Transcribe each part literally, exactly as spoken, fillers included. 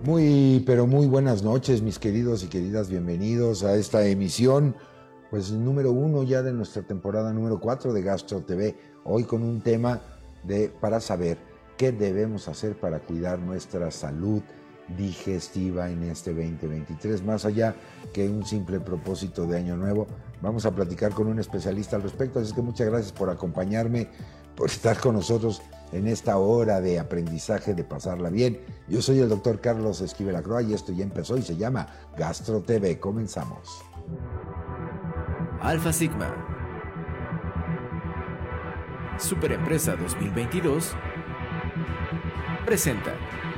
Muy, pero muy buenas noches, mis queridos y queridas, bienvenidos a esta emisión, pues número uno ya de nuestra temporada número cuatro de Gastro T V, hoy con un tema de para saber qué debemos hacer para cuidar nuestra salud digestiva en este veinte veintitrés, más allá que un simple propósito de año nuevo. Vamos a platicar con un especialista al respecto, así que muchas gracias por acompañarme, por estar con nosotros en esta hora de aprendizaje, de pasarla bien. Yo soy el doctor Carlos Esquivel Acroa y esto ya empezó y se llama Gastro T V. Comenzamos. Alfa Sigma Superempresa dos mil veintidós presenta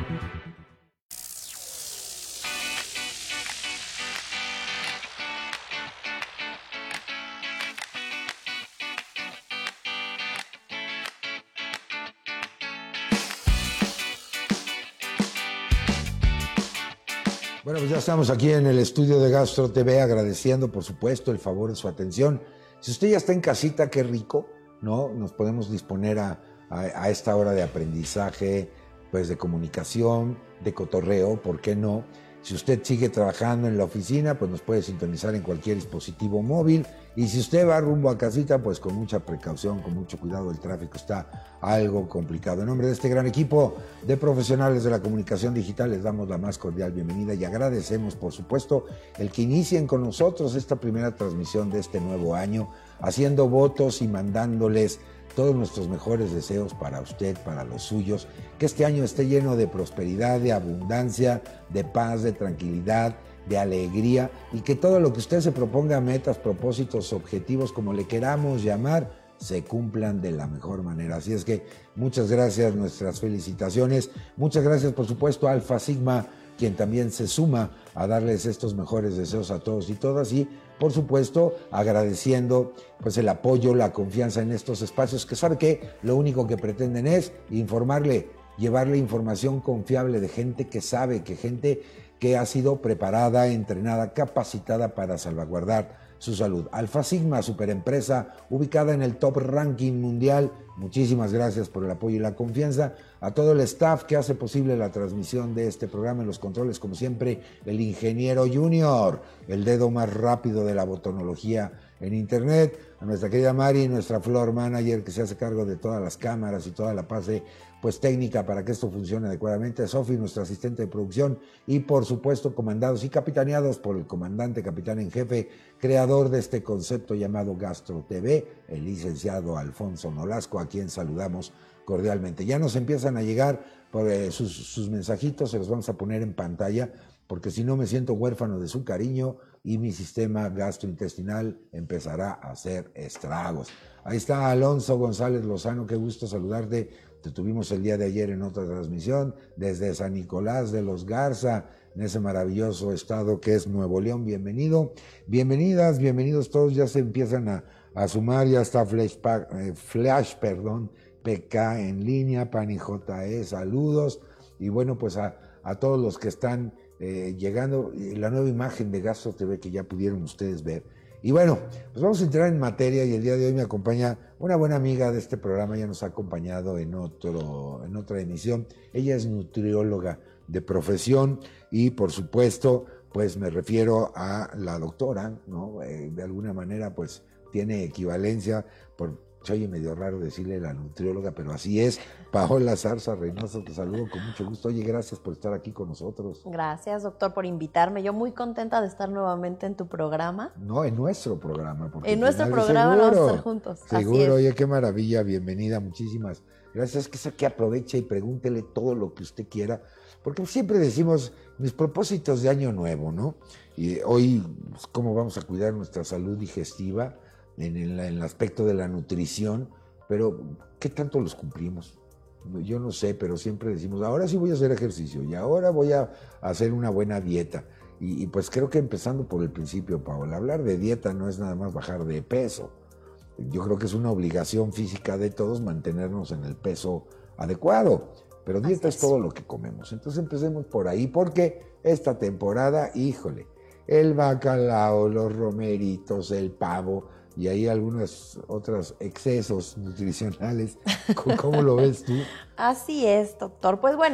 Bueno, pues ya estamos aquí en el estudio de Gastro T V, agradeciendo, por supuesto, el favor de su atención. Si usted ya está en casita, qué rico, ¿no? Nos podemos disponer a, a, a esta hora de aprendizaje, pues de comunicación, de cotorreo, ¿por qué no? Si usted sigue trabajando en la oficina, pues nos puede sintonizar en cualquier dispositivo móvil. Y si usted va rumbo a casita, pues con mucha precaución, con mucho cuidado, el tráfico está algo complicado. En nombre de este gran equipo de profesionales de la comunicación digital, les damos la más cordial bienvenida y agradecemos, por supuesto, el que inicien con nosotros esta primera transmisión de este nuevo año, haciendo votos y mandándoles todos nuestros mejores deseos para usted, para los suyos, que este año esté lleno de prosperidad, de abundancia, de paz, de tranquilidad, de alegría, y que todo lo que usted se proponga, metas, propósitos, objetivos, como le queramos llamar, se cumplan de la mejor manera. Así es que muchas gracias, nuestras felicitaciones, muchas gracias por supuesto a Alfa Sigma, quien también se suma a darles estos mejores deseos a todos y todas, y por supuesto agradeciendo pues el apoyo, la confianza en estos espacios que sabe que lo único que pretenden es informarle, llevarle información confiable de gente que sabe, que gente que ha sido preparada, entrenada, capacitada para salvaguardar su salud. Alfa Sigma, superempresa ubicada en el top ranking mundial. Muchísimas gracias por el apoyo y la confianza. A todo el staff que hace posible la transmisión de este programa en los controles, como siempre, el ingeniero Junior, el dedo más rápido de la botonología en internet, a nuestra querida Mari, nuestra floor manager que se hace cargo de todas las cámaras y toda la parte pues técnica para que esto funcione adecuadamente, Sofi, nuestra asistente de producción, y por supuesto comandados y capitaneados por el comandante capitán en jefe, creador de este concepto llamado Gastro T V, el licenciado Alfonso Nolasco, a quien saludamos cordialmente. Ya nos empiezan a llegar por, eh, sus, sus mensajitos, se los vamos a poner en pantalla, porque si no me siento huérfano de su cariño y mi sistema gastrointestinal empezará a hacer estragos. Ahí está Alonso González Lozano, qué gusto saludarte. Te tuvimos el día de ayer en otra transmisión desde San Nicolás de los Garza, en ese maravilloso estado que es Nuevo León. Bienvenido, bienvenidas, bienvenidos todos. Ya se empiezan a, a sumar, ya está Flash, eh, Flash perdón, P K en línea, Pani J E, saludos. Y bueno, pues a, a todos los que están eh, llegando, la nueva imagen de Gastro T V que ya pudieron ustedes ver. Y bueno, pues vamos a entrar en materia y el día de hoy me acompaña una buena amiga de este programa, ya nos ha acompañado en, otro, en otra emisión. Ella es nutrióloga de profesión y por supuesto, pues me refiero a la doctora, ¿no? Eh, de alguna manera, pues tiene equivalencia por... Se oye medio raro decirle la nutrióloga, pero así es. Paola Zarza Reynoso, te saludo con mucho gusto. Oye, gracias por estar aquí con nosotros. Gracias, doctor, por invitarme. Yo muy contenta de estar nuevamente en tu programa. No, en nuestro programa. Porque en nuestro programa seguro, vamos a estar juntos. Seguro, oye, qué maravilla, bienvenida, muchísimas gracias. Que sea que aproveche y pregúntele todo lo que usted quiera, porque siempre decimos mis propósitos de año nuevo, ¿no? Y hoy, pues, cómo vamos a cuidar nuestra salud digestiva, En el, en el aspecto de la nutrición, pero ¿qué tanto los cumplimos? Yo no sé, pero siempre decimos, ahora sí voy a hacer ejercicio y ahora voy a hacer una buena dieta. Y, y pues creo que empezando por el principio, Paola, hablar de dieta no es nada más bajar de peso. Yo creo que es una obligación física de todos mantenernos en el peso adecuado, pero dieta es todo lo que comemos. Entonces empecemos por ahí, porque esta temporada, híjole, el bacalao, los romeritos, el pavo, y hay algunos otros excesos nutricionales. ¿Cómo lo ves tú? Así es, doctor. Pues bueno,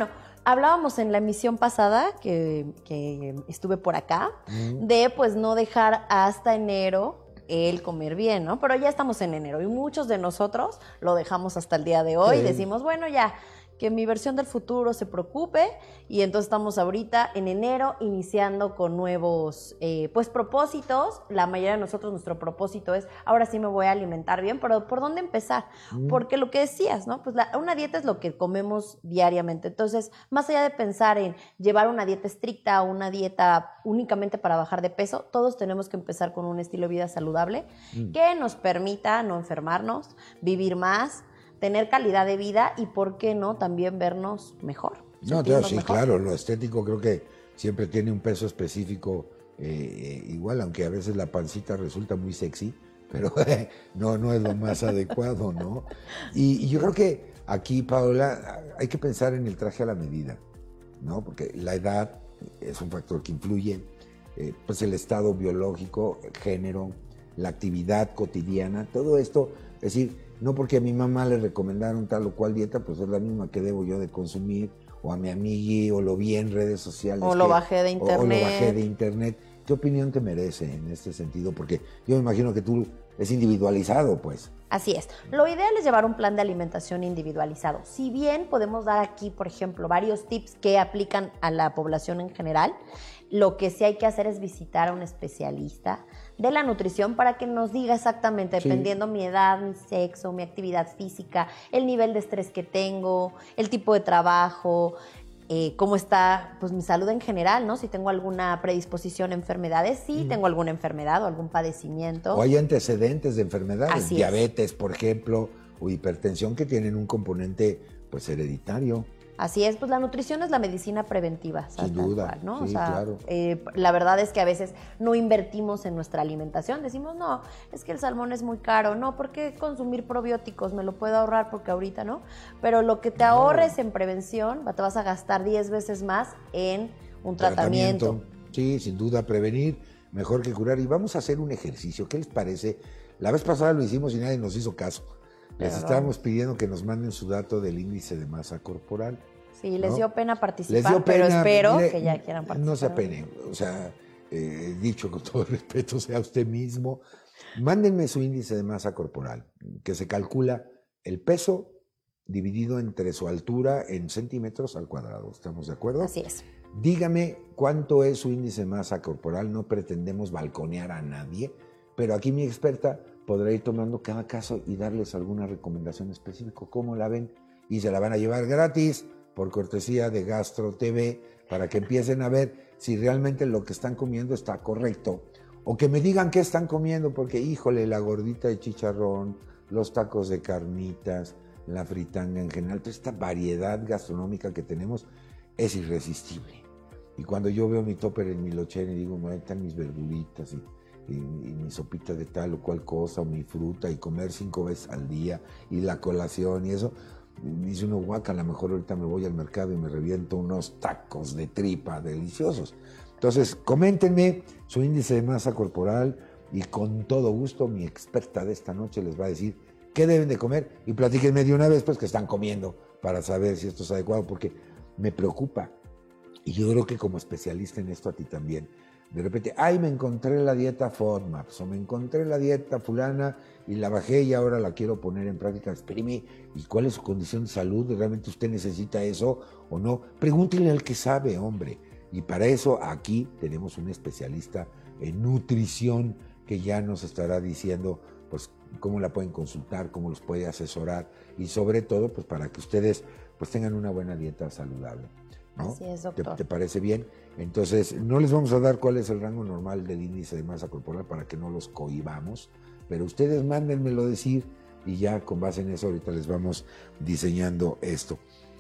hablábamos en la emisión pasada, que, que estuve por acá, mm. de pues no dejar hasta enero el comer bien, ¿no? Pero ya estamos en enero y muchos de nosotros lo dejamos hasta el día de hoy. Sí. Decimos, bueno, ya, que mi versión del futuro se preocupe, y entonces estamos ahorita en enero iniciando con nuevos eh, pues propósitos. La mayoría de nosotros, nuestro propósito es, ahora sí me voy a alimentar bien, pero ¿por dónde empezar? Mm. Porque lo que decías, ¿no? Pues la, una dieta es lo que comemos diariamente. Entonces, más allá de pensar en llevar una dieta estricta o una dieta únicamente para bajar de peso, todos tenemos que empezar con un estilo de vida saludable mm. que nos permita no enfermarnos, vivir más, tener calidad de vida y, ¿por qué no?, también vernos mejor. No, claro, sí, mejor. Claro, lo estético creo que siempre tiene un peso específico eh, eh, igual, aunque a veces la pancita resulta muy sexy, pero eh, no, no es lo más adecuado, ¿no? Y, y yo creo que aquí, Paola, hay que pensar en el traje a la medida, ¿no? Porque la edad es un factor que influye, eh, pues el estado biológico, el género, la actividad cotidiana, todo esto, es decir, no porque a mi mamá le recomendaron tal o cual dieta, pues es la misma que debo yo de consumir, o a mi amigui, o lo vi en redes sociales. O lo bajé de internet. O, o lo bajé de internet. ¿Qué opinión te merece en este sentido? Porque yo me imagino que tú es individualizado, pues. Así es. Lo ideal es llevar un plan de alimentación individualizado. Si bien podemos dar aquí, por ejemplo, varios tips que aplican a la población en general, lo que sí hay que hacer es visitar a un especialista de la nutrición para que nos diga exactamente, sí. dependiendo mi edad, mi sexo, mi actividad física, el nivel de estrés que tengo, el tipo de trabajo, eh, cómo está pues mi salud en general, ¿no? Si tengo alguna predisposición a enfermedades, sí, mm. tengo alguna enfermedad o algún padecimiento. O hay antecedentes de enfermedades, Así diabetes, es. por ejemplo, o hipertensión, que tienen un componente pues hereditario. Así es, pues la nutrición es la medicina preventiva. Sin duda, cual, ¿no? Sí, o sea, claro. Eh, la verdad es que a veces no invertimos en nuestra alimentación. Decimos, no, es que el salmón es muy caro. No, ¿por qué consumir probióticos? Me lo puedo ahorrar porque ahorita no. Pero lo que te ahorres en prevención, te vas a gastar diez veces más en un tratamiento. tratamiento. Sí, sin duda, prevenir mejor que curar. Y vamos a hacer un ejercicio. ¿Qué les parece? La vez pasada lo hicimos y nadie nos hizo caso. Les Pero estábamos pidiendo que nos manden su dato del índice de masa corporal. Sí, les ¿no? dio pena participar, les dio pena, pero espero mire, que ya quieran participar. No se apenen, o sea, eh, dicho con todo el respeto, sea usted mismo. Mándenme su índice de masa corporal, que se calcula el peso dividido entre su altura en centímetros al cuadrado. ¿Estamos de acuerdo? Así es. Dígame cuánto es su índice de masa corporal. No pretendemos balconear a nadie, pero aquí mi experta podrá ir tomando cada caso y darles alguna recomendación específica. ¿Cómo la ven? Y se la van a llevar gratis por cortesía de Gastro T V para que empiecen a ver si realmente lo que están comiendo está correcto. O que me digan qué están comiendo, porque híjole, la gordita de chicharrón, los tacos de carnitas, la fritanga en general, toda esta variedad gastronómica que tenemos es irresistible. Y cuando yo veo mi topper en mi lonchera y digo, ahí están mis verduritas y, y, y mi sopita de tal o cual cosa, o mi fruta, y comer cinco veces al día, y la colación y eso, dice uno, guaca, a lo mejor ahorita me voy al mercado y me reviento unos tacos de tripa deliciosos. Entonces, coméntenme su índice de masa corporal y con todo gusto mi experta de esta noche les va a decir qué deben de comer, y platíquenme de una vez pues qué están comiendo para saber si esto es adecuado, porque me preocupa. Y yo creo que como especialista en esto a ti también. De repente, ay, me encontré la dieta FODMAPs, o me encontré la dieta fulana y la bajé y ahora la quiero poner en práctica. Espéreme, ¿y cuál es su condición de salud? ¿Realmente usted necesita eso o no? Pregúntenle al que sabe, hombre. Y para eso aquí tenemos un especialista en nutrición que ya nos estará diciendo pues cómo la pueden consultar, cómo los puede asesorar y sobre todo pues para que ustedes pues tengan una buena dieta saludable, ¿no? Así es, doctor. ¿Te, te parece bien? Entonces, no les vamos a dar cuál es el rango normal del índice de masa corporal para que no los cohibamos, pero ustedes mándenmelo decir y ya con base en eso ahorita les vamos diseñando esto.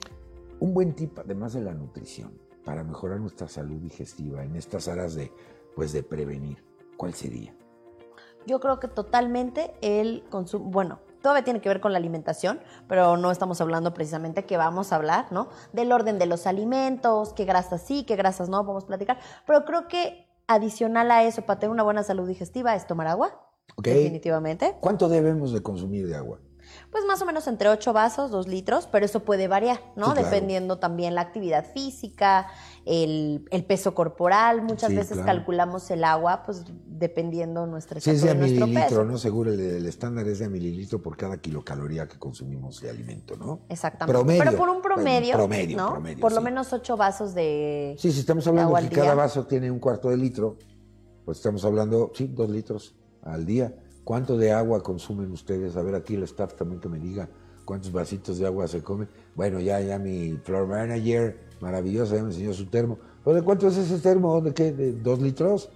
Un buen tip, además de la nutrición, para mejorar nuestra salud digestiva en estas áreas de, pues, de prevenir, ¿cuál sería? Yo creo que totalmente el consumo, bueno, todavía tiene que ver con la alimentación, pero no estamos hablando precisamente que vamos a hablar, ¿no? Del orden de los alimentos, qué grasas sí, qué grasas no, vamos a platicar. Pero creo que adicional a eso, para tener una buena salud digestiva, es tomar agua, okay. Definitivamente. ¿Cuánto debemos de consumir de agua? Pues más o menos entre ocho vasos, dos litros, pero eso puede variar, ¿no? Sí, claro. Dependiendo también la actividad física, el, el peso corporal. Muchas Sí, veces claro. calculamos el agua, pues dependiendo nuestra Sí, es de a estatura y nuestro mililitro, peso. ¿no? Seguro el, el estándar es de a mililitro por cada kilocaloría que consumimos de alimento, ¿no? Exactamente. Promedio. Pero por un promedio, Bueno, promedio, ¿no? promedio, por lo sí. menos ocho vasos de Sí, si estamos de hablando agua que al cada día. vaso tiene un cuarto de litro, pues estamos hablando, sí, dos litros al día. ¿Cuánto de agua consumen ustedes? A ver, aquí el staff también que me diga cuántos vasitos de agua se comen. Bueno, ya, ya mi floor manager, maravillosa, ya me enseñó su termo. ¿Pero de cuánto es ese termo? ¿De qué? ¿De dos litros?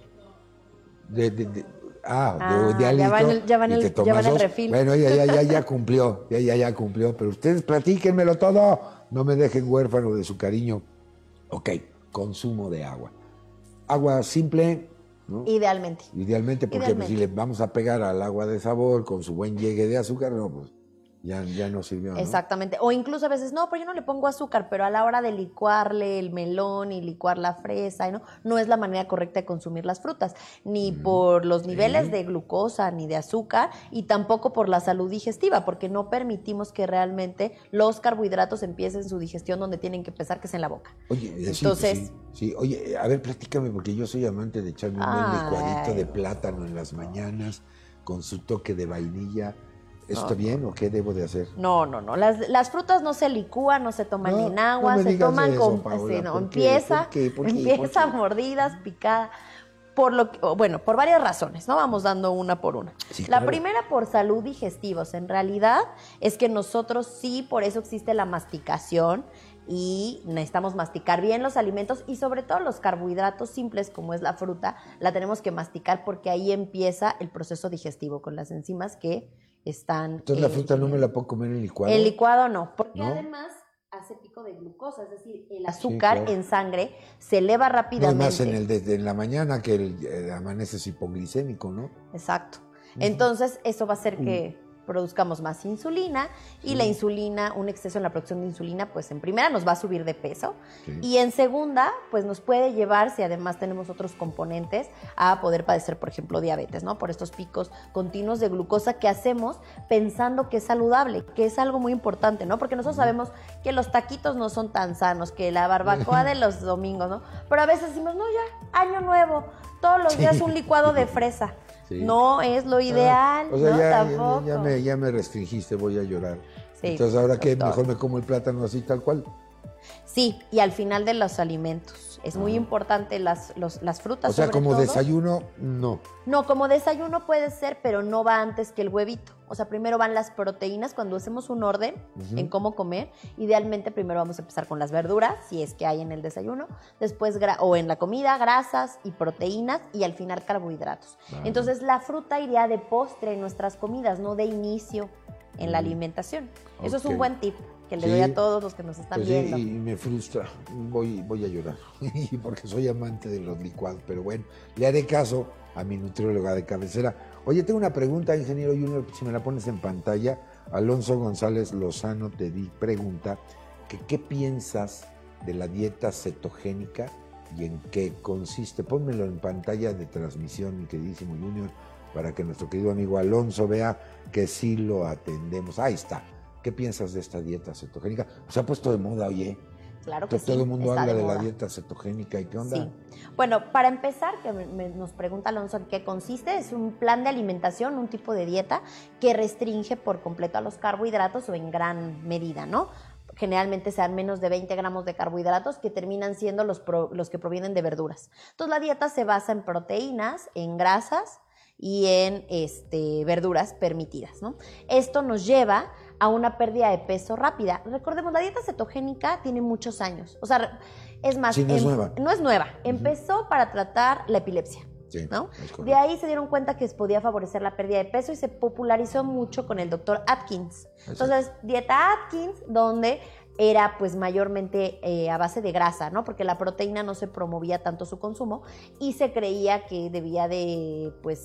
De, de, de, ah, Ah, de, de al ya litro. va en el- ya va en y el- te ya tomas va en el dos. refil. Bueno, ya, ya, ya, ya cumplió, ya, ya, ya cumplió. Pero ustedes platíquenmelo todo. No me dejen huérfano de su cariño. Ok, consumo de agua. Agua simple, ¿no? Idealmente. Idealmente, porque Idealmente. pues, si le vamos a pegar al agua de sabor con su buen llegue de azúcar, no, pues ya, ya no sirvió, ¿no? Exactamente. O incluso a veces, no, pero yo no le pongo azúcar, pero a la hora de licuarle el melón y licuar la fresa, ¿no? No es la manera correcta de consumir las frutas, ni Mm, por los niveles sí. de glucosa ni de azúcar, y tampoco por la salud digestiva, porque no permitimos que realmente los carbohidratos empiecen su digestión donde tienen que empezar, que es en la boca. Oye, eh, sí, pues, Entonces, sí, sí. Oye, a ver, platícame, porque yo soy amante de echarme un buen Ay. licuadito de plátano en las mañanas con su toque de vainilla. ¿Eso está bien o qué debo de hacer? no, no, no. Las, las frutas no se licúan, no se toman No, en agua, no me se digas toman eso, con. Paola, sí, no, ¿por qué? empieza, ¿Por qué? ¿Por qué? empieza ¿Por qué? mordidas, picada. Por lo que, o, bueno, por varias razones, ¿no? Vamos dando una por una. Sí, La claro. primera por salud digestiva. O sea, en realidad es que nosotros sí, por eso existe la masticación y necesitamos masticar bien los alimentos y sobre todo los carbohidratos simples como es la fruta, la tenemos que masticar porque ahí empieza el proceso digestivo con las enzimas que están... Entonces la eh, fruta no me la puedo comer en licuado. el licuado no, porque ¿No? además hace pico de glucosa, es decir, el azúcar claro. en sangre se eleva No es rápidamente. más en el de, en la mañana que el, eh, amaneces hipoglicémico, ¿no? Exacto. Entonces, eso va a hacer que produzcamos más insulina y la insulina, un exceso en la producción de insulina, pues en primera nos va a subir de peso Sí. y en segunda, pues nos puede llevar, si además tenemos otros componentes, a poder padecer, por ejemplo, diabetes, ¿no? Por estos picos continuos de glucosa que hacemos pensando que es saludable, que es algo muy importante, ¿no? Porque nosotros sabemos que los taquitos no son tan sanos, que la barbacoa de los domingos, ¿no? Pero a veces decimos, no, ya, año nuevo, todos los días un licuado de fresa. Sí. No es lo ideal, Ah, o sea, ¿no? ya, ya- Tampoco. ya me, ya me restringiste, voy a llorar. Sí, Entonces, ¿ahora qué? doctor. Mejor me como el plátano así tal cual. Sí, y al final de los alimentos. Es muy Ah. importante las, los- las frutas. O sea, sobre como todo. desayuno, no. No, como desayuno puede ser, pero no va antes que el huevito. O sea, primero van las proteínas cuando hacemos un orden en cómo comer. Idealmente primero vamos a empezar con las verduras, si es que hay en el desayuno, después gra- o en la comida, grasas y proteínas y al final carbohidratos. Vale. Entonces la fruta iría de postre en nuestras comidas, no de inicio en la alimentación. Eso es Ok. un buen tip que le Sí. doy a todos los que nos están Pues sí, viendo. y me frustra, voy, voy a llorar, porque soy amante de los licuados, pero bueno, le haré caso a mi nutrióloga de cabecera. Oye, tengo una pregunta, ingeniero Junior, si me la pones en pantalla. Alonso González Lozano te di, pregunta que qué piensas de la dieta cetogénica y en qué consiste. Pónmelo en pantalla de transmisión, mi queridísimo Junior, para que nuestro querido amigo Alonso vea que sí lo atendemos. Ahí está. ¿Qué piensas de esta dieta cetogénica? Se ha puesto de moda, oye. Claro que Todo sí. el mundo está habla de, moda. la dieta cetogénica. ¿Y qué onda? Sí. Bueno, para empezar, que me- me- nos pregunta Alonso en qué consiste, es un plan de alimentación, un tipo de dieta que restringe por completo a los carbohidratos o en gran medida, ¿no? Generalmente sean menos de veinte gramos de carbohidratos que terminan siendo los, pro- los que provienen de verduras. Entonces la dieta se basa en proteínas, en grasas y en este, verduras permitidas, ¿no? Esto nos lleva a una pérdida de peso rápida. Recordemos, la dieta cetogénica tiene muchos años. O sea, es más, Sí, no es em- nueva. no es nueva. Empezó para tratar la epilepsia. Sí, ¿no? es correcto. De ahí se dieron cuenta que podía favorecer la pérdida de peso y se popularizó mucho con el doctor Atkins. Entonces, dieta Atkins, donde era pues mayormente eh, a base de grasa, ¿no? Porque la proteína no se promovía tanto su consumo y se creía que debía de pues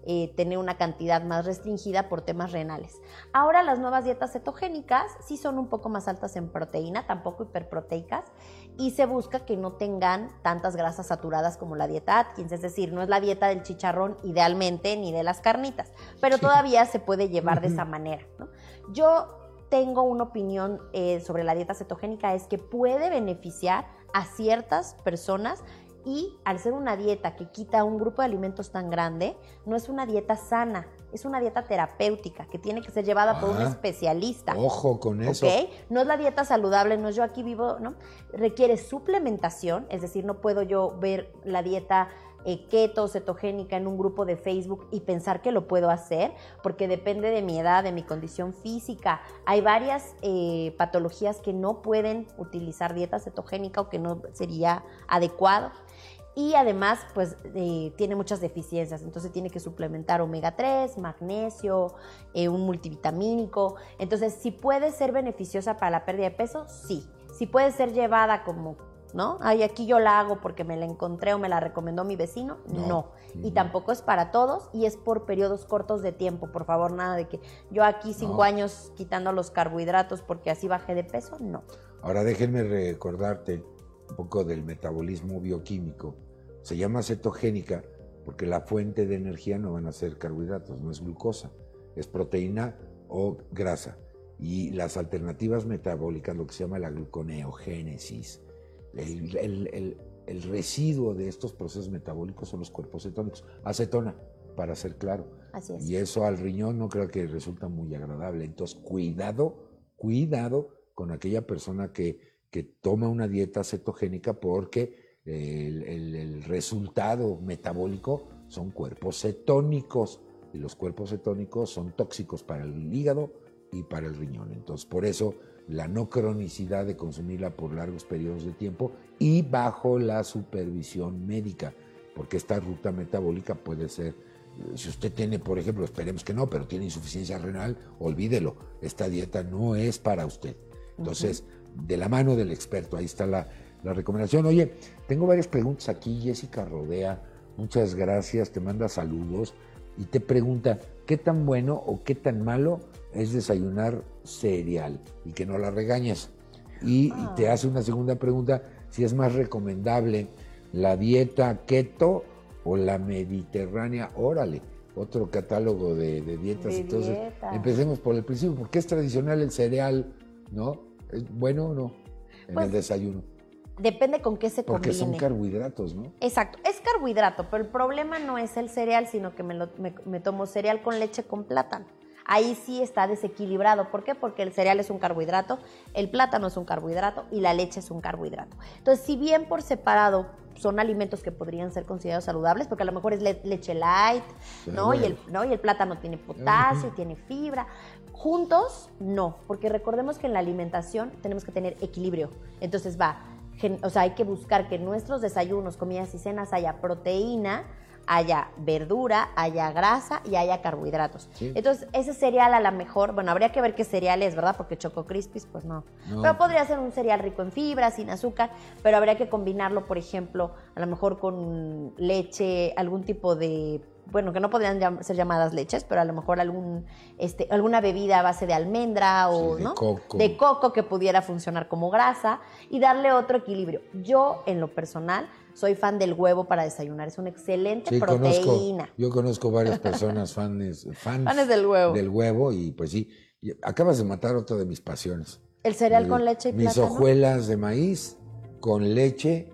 eh, tener una cantidad más restringida por temas renales. Ahora las nuevas dietas cetogénicas sí son un poco más altas en proteína, tampoco hiperproteicas, y se busca que no tengan tantas grasas saturadas como la dieta Atkins, es decir, no es la dieta del chicharrón idealmente ni de las carnitas, pero todavía se puede llevar de esa manera, ¿no? Yo tengo una opinión eh, sobre la dieta cetogénica, es que puede beneficiar a ciertas personas. Y al ser una dieta que quita un grupo de alimentos tan grande, no es una dieta sana, es una dieta terapéutica que tiene que ser llevada ah, por un especialista. Ojo con eso. ¿Okay? No es la dieta saludable, no es yo aquí vivo, ¿no? Requiere suplementación, es decir, no puedo yo ver la dieta eh, keto, cetogénica en un grupo de Facebook y pensar que lo puedo hacer, porque depende de mi edad, de mi condición física. Hay varias eh, patologías que no pueden utilizar dieta cetogénica o que no sería adecuado. Y además, pues, eh, tiene muchas deficiencias, entonces tiene que suplementar omega tres, magnesio, eh, un multivitamínico. Entonces, si puede ser beneficiosa para la pérdida de peso, sí. Si puede ser llevada como, ¿no? Ay, aquí yo la hago porque me la encontré o me la recomendó mi vecino, no. no. Y tampoco es para todos y es por periodos cortos de tiempo. Por favor, nada de que yo aquí cinco no. años quitando los carbohidratos porque así bajé de peso, no. Ahora déjenme recordarte un poco del metabolismo bioquímico. Se llama cetogénica porque la fuente de energía no van a ser carbohidratos, no es glucosa, es proteína o grasa. Y las alternativas metabólicas, lo que se llama la gluconeogénesis, el, el, el, el residuo de estos procesos metabólicos son los cuerpos cetónicos, acetona, para ser claro. Así es. Y eso al riñón no creo que resulta muy agradable. Entonces, cuidado, cuidado con aquella persona que, que toma una dieta cetogénica porque El, el, el resultado metabólico son cuerpos cetónicos y los cuerpos cetónicos son tóxicos para el hígado y para el riñón. Entonces, por eso la no cronicidad de consumirla por largos periodos de tiempo y bajo la supervisión médica, porque esta ruta metabólica puede ser, si usted tiene, por ejemplo, esperemos que no, pero tiene insuficiencia renal, olvídelo, esta dieta no es para usted. Entonces, uh-huh. de la mano del experto, ahí está la La recomendación. Oye, tengo varias preguntas aquí. Jessica Rodea, muchas gracias, te manda saludos y te pregunta, ¿qué tan bueno o qué tan malo es desayunar cereal? Y que no la regañes. Y, ah. y te hace una segunda pregunta, si es más recomendable la dieta keto o la mediterránea. Órale, otro catálogo de, de dietas. De Entonces, dieta. Empecemos por el principio. ¿Por qué es tradicional el cereal? ¿No? ¿Es bueno o no en pues, el desayuno? Depende con qué se Porque combine. Porque son carbohidratos, ¿no? Exacto, es carbohidrato, pero el problema no es el cereal, sino que me, lo, me, me tomo cereal con leche con plátano. Ahí sí está desequilibrado. ¿Por qué? Porque el cereal es un carbohidrato, el plátano es un carbohidrato y la leche es un carbohidrato. Entonces, si bien por separado son alimentos que podrían ser considerados saludables, porque a lo mejor es le- leche light, ¿no? Bueno. Y el, ¿no? Y el plátano tiene potasio, uh-huh. tiene fibra. Juntos, no, porque recordemos que en la alimentación tenemos que tener equilibrio. Entonces va... O sea, hay que buscar que en nuestros desayunos, comidas y cenas haya proteína, haya verdura, haya grasa y haya carbohidratos. Sí. Entonces, ese cereal a lo mejor, bueno, habría que ver qué cereal es, ¿verdad? Porque Choco Crispies, pues no. no. Pero podría ser un cereal rico en fibra, sin azúcar, pero habría que combinarlo, por ejemplo, a lo mejor con leche, algún tipo de... Bueno, que no podrían llam- ser llamadas leches, pero a lo mejor algún, este, alguna bebida a base de almendra o sí, de ¿no? coco. de coco que pudiera funcionar como grasa y darle otro equilibrio. Yo, en lo personal, soy fan del huevo para desayunar. Es una excelente sí, proteína. Conozco, yo conozco varias personas fans, fans, fans del huevo. del huevo y pues sí, acabas de matar otra de mis pasiones. El cereal El, con leche y mis plátano. Mis hojuelas de maíz con leche,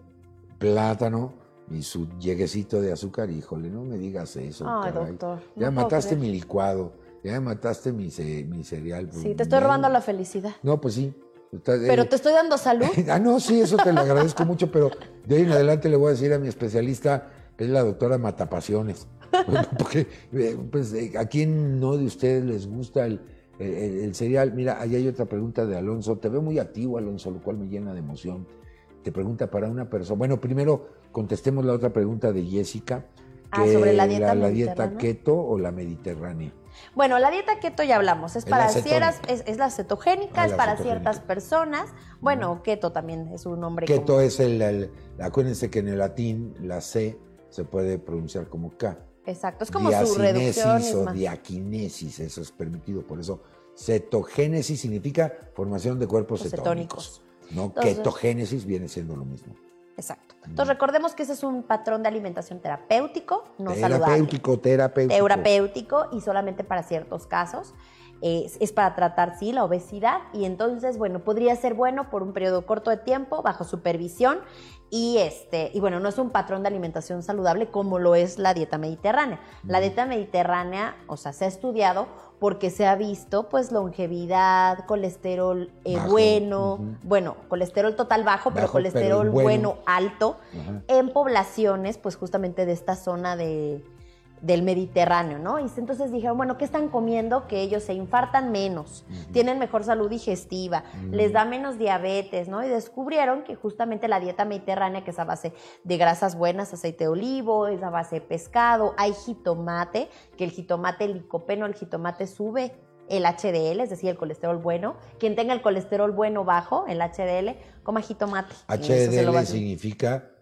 plátano y su lleguecito de azúcar. Híjole, no me digas eso. Ay, caray. doctor. Ya no mataste mi licuado, ya mataste mi, mi cereal. Sí, te estoy robando la felicidad. No, pues sí. Está, pero eh, te estoy dando salud. ah, no, sí, eso te lo agradezco mucho, pero de ahí en adelante le voy a decir a mi especialista, es la doctora Matapasiones. Porque, pues, ¿a quién no de ustedes les gusta el, el, el cereal? Mira, ahí hay otra pregunta de Alonso. Te veo muy activo, Alonso, lo cual me llena de emoción. Te pregunta para una persona. Bueno, primero contestemos la otra pregunta de Jessica. Ah, sobre la dieta la, la dieta keto o la mediterránea. Bueno, la dieta keto ya hablamos, es, es para la ciertas, es, es la cetogénica, ah, es la para cetogénica. ciertas personas. Bueno, uh-huh. keto también es un nombre. Keto como... es el, el, acuérdense que en el latín la C se puede pronunciar como K. Exacto, es como su reducción. Diacinesis o diaquinesis, eso es permitido. Por eso, cetogénesis significa formación de cuerpos Los cetónicos. cetónicos. No, Entonces, ketogénesis viene siendo lo mismo. Exacto. Entonces, recordemos que ese es un patrón de alimentación terapéutico, no terapéutico, saludable. Terapéutico, terapéutico. y solamente para ciertos casos. Es, es para tratar, sí, la obesidad. Y entonces, bueno, podría ser bueno por un periodo corto de tiempo, bajo supervisión. Y, este, y bueno, no es un patrón de alimentación saludable como lo es la dieta mediterránea. La Mm. dieta mediterránea, o sea, se ha estudiado porque se ha visto, pues, longevidad, colesterol eh, Bajo. bueno, Ujú. bueno, colesterol total bajo, pero Bajo, pero colesterol bueno. bueno alto, Ajá. en poblaciones, pues, justamente de esta zona de... del Mediterráneo, ¿no? Y entonces dijeron, bueno, ¿qué están comiendo? Que ellos se infartan menos, uh-huh. tienen mejor salud digestiva, uh-huh. les da menos diabetes, ¿no? Y descubrieron que justamente la dieta mediterránea, que es a base de grasas buenas, aceite de olivo, es a base de pescado, hay jitomate, que el jitomate, el licopeno, el jitomate sube el H D L, es decir, el colesterol bueno. Quien tenga el colesterol bueno bajo, el H D L, coma jitomate. H D L significa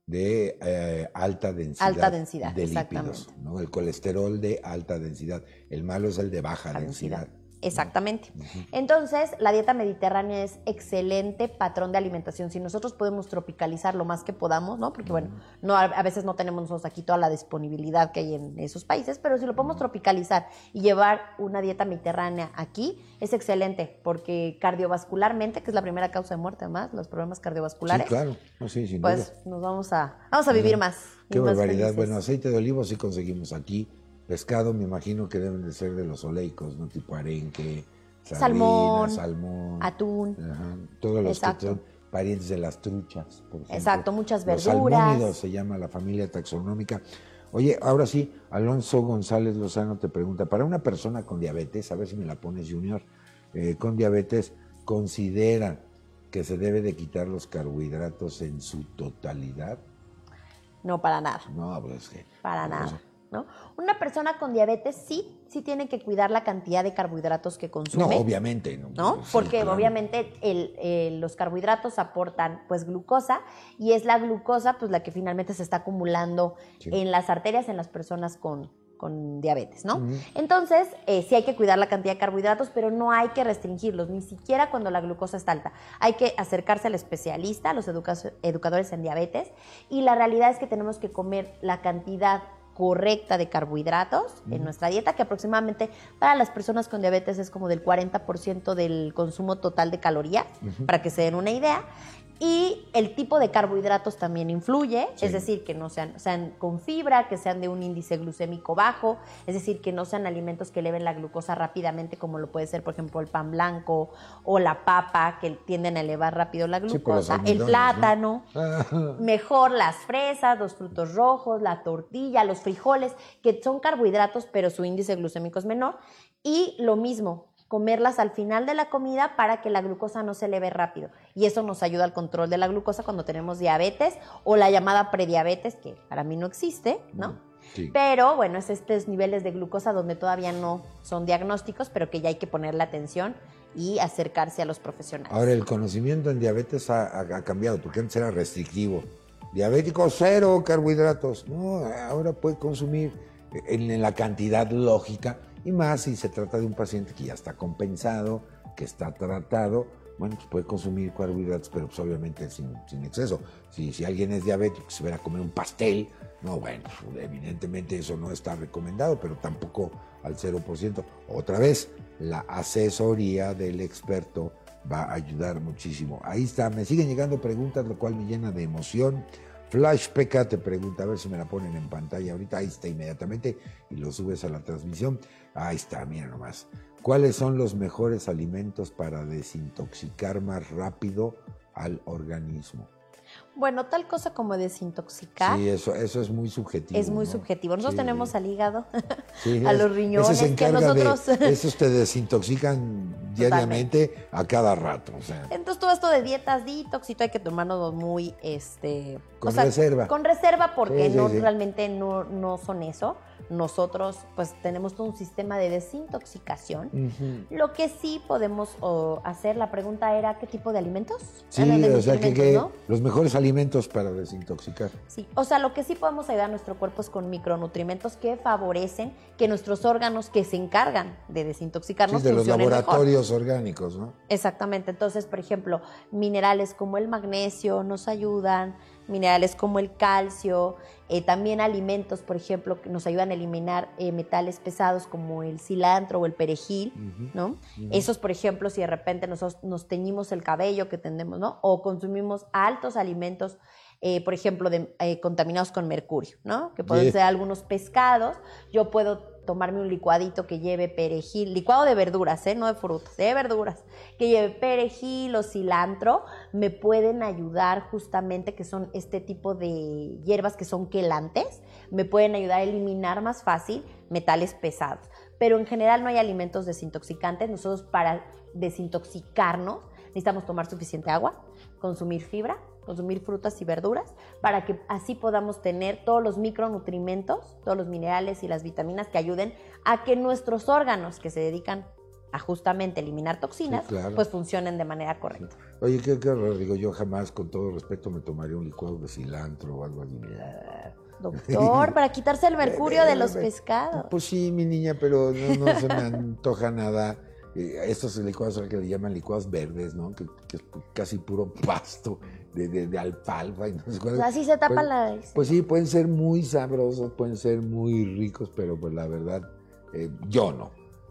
de eh, alta densidad, alta densidad de lípidos, ¿no? El colesterol de alta densidad. El malo es el de baja la densidad. densidad. Exactamente. Uh-huh. Entonces, la dieta mediterránea es excelente patrón de alimentación. Si nosotros podemos tropicalizar lo más que podamos, ¿no? Porque, uh-huh. bueno, no, a veces no tenemos nosotros aquí toda la disponibilidad que hay en esos países, pero si lo podemos uh-huh. tropicalizar y llevar una dieta mediterránea aquí, es excelente, porque cardiovascularmente, que es la primera causa de muerte, además, los problemas cardiovasculares. Sí, claro. No, sí, sin pues duda. nos vamos a, vamos a vivir uh-huh. más. Qué más barbaridad. felices. Bueno, aceite de olivo sí conseguimos aquí. Pescado me imagino que deben de ser de los oleicos, ¿no? Tipo arenque, sardina, salmón, salmón, atún. Ajá, todos los Exacto. que son parientes de las truchas, por ejemplo. Exacto, muchas verduras. verduras. Los salmónidos se llama la familia taxonómica. Oye, ahora sí, Alonso González Lozano te pregunta, para una persona con diabetes, a ver si me la pones, Junior, eh, con diabetes, ¿considera que se debe de quitar los carbohidratos en su totalidad? No, para nada. No, pues que... Para pues, nada. ¿No? Una persona con diabetes sí, sí tiene que cuidar la cantidad de carbohidratos que consume. No, obviamente. No, ¿no? Sí, Porque claro. obviamente el, el, los carbohidratos aportan pues glucosa y es la glucosa pues la que finalmente se está acumulando sí. en las arterias en las personas con, con diabetes, ¿no? Uh-huh. Entonces, eh, sí hay que cuidar la cantidad de carbohidratos, pero no hay que restringirlos, ni siquiera cuando la glucosa está alta. Hay que acercarse al especialista, a los educa- educadores en diabetes, y la realidad es que tenemos que comer la cantidad correcta de carbohidratos uh-huh. en nuestra dieta, que aproximadamente para las personas con diabetes es como del cuarenta por ciento del consumo total de calorías, uh-huh. para que se den una idea. Y el tipo de carbohidratos también influye, sí. es decir, que no sean, sean con fibra, que sean de un índice glucémico bajo, es decir, que no sean alimentos que eleven la glucosa rápidamente, como lo puede ser, por ejemplo, el pan blanco o la papa, que tienden a elevar rápido la glucosa, sí, el plátano, ¿no? Mejor las fresas, los frutos rojos, la tortilla, los frijoles, que son carbohidratos, pero su índice glucémico es menor, y lo mismo, comerlas al final de la comida para que la glucosa no se eleve rápido. Y eso nos ayuda al control de la glucosa cuando tenemos diabetes o la llamada prediabetes, que para mí no existe, ¿no? Sí. Pero bueno, es estos niveles de glucosa donde todavía no son diagnósticos, pero que ya hay que ponerle atención y acercarse a los profesionales. Ahora, el conocimiento en diabetes ha, ha cambiado, porque antes era restrictivo. Diabético, cero carbohidratos. No, ahora puede consumir en, en la cantidad lógica. Y más si se trata de un paciente que ya está compensado, que está tratado, bueno, pues puede consumir carbohidratos, pero pues obviamente sin, sin exceso. Si, si alguien es diabético y se va a comer un pastel, no, bueno, pues evidentemente eso no está recomendado, pero tampoco al cero por ciento. Otra vez, la asesoría del experto va a ayudar muchísimo. Ahí está, me siguen llegando preguntas, lo cual me llena de emoción. Flash P K te pregunta, a ver si me la ponen en pantalla ahorita, ahí está inmediatamente, y lo subes a la transmisión. Ahí está, mira nomás. ¿Cuáles son los mejores alimentos para desintoxicar más rápido al organismo? Bueno, tal cosa como desintoxicar. Sí, eso, eso es muy subjetivo. Es muy ¿no? subjetivo. Nosotros sí. tenemos al hígado, sí, a es, los riñones, se que nosotros... De, esos te desintoxican diariamente a cada rato. O sea. Entonces todo esto de dietas detox y todo hay que tomarnos muy, este... Con o sea, reserva. Con reserva porque sí, sí, no sí. realmente no, no son eso. Nosotros pues tenemos todo un sistema de desintoxicación. Uh-huh. Lo que sí podemos o, hacer, la pregunta era ¿qué tipo de alimentos? Sí, o sea que, que ¿no? los mejores alimentos para desintoxicar. Sí, o sea, lo que sí podemos ayudar a nuestro cuerpo es con micronutrimentos que favorecen que nuestros órganos que se encargan de desintoxicarnos sí, de funcionen los laboratorios mejor. orgánicos, ¿no? Exactamente, entonces, por ejemplo, minerales como el magnesio nos ayudan, minerales como el calcio, eh, también alimentos, por ejemplo, que nos ayudan a eliminar eh, metales pesados como el cilantro o el perejil, uh-huh. ¿no? Uh-huh. Esos, por ejemplo, si de repente nosotros nos teñimos el cabello que tendemos, ¿no? O consumimos altos alimentos, eh, por ejemplo, de, eh, contaminados con mercurio, ¿no? Que pueden yeah. ser algunos pescados, yo puedo tomarme un licuadito que lleve perejil, licuado de verduras, ¿eh? No de frutas, de verduras, que lleve perejil o cilantro, me pueden ayudar justamente, que son este tipo de hierbas que son quelantes, me pueden ayudar a eliminar más fácil metales pesados. Pero en general no hay alimentos desintoxicantes. Nosotros para desintoxicarnos necesitamos tomar suficiente agua, consumir fibra, consumir frutas y verduras, para que así podamos tener todos los micronutrimentos, todos los minerales y las vitaminas que ayuden a que nuestros órganos que se dedican a justamente eliminar toxinas, sí, claro. pues funcionen de manera correcta. Oye, qué, qué horror, digo, yo jamás, con todo respeto, me tomaría un licuado de cilantro o algo así. Doctor, para quitarse el mercurio de los pescados. Pues sí, mi niña, pero no, no se me antoja nada. Estos licuados que le llaman licuados verdes, ¿no? Que, que es casi puro pasto de, de, de alfalfa. Y no sé cuál. Así se tapa pues, la... Pues sí, pueden ser muy sabrosos, pueden ser muy ricos, pero pues la verdad, eh, yo no.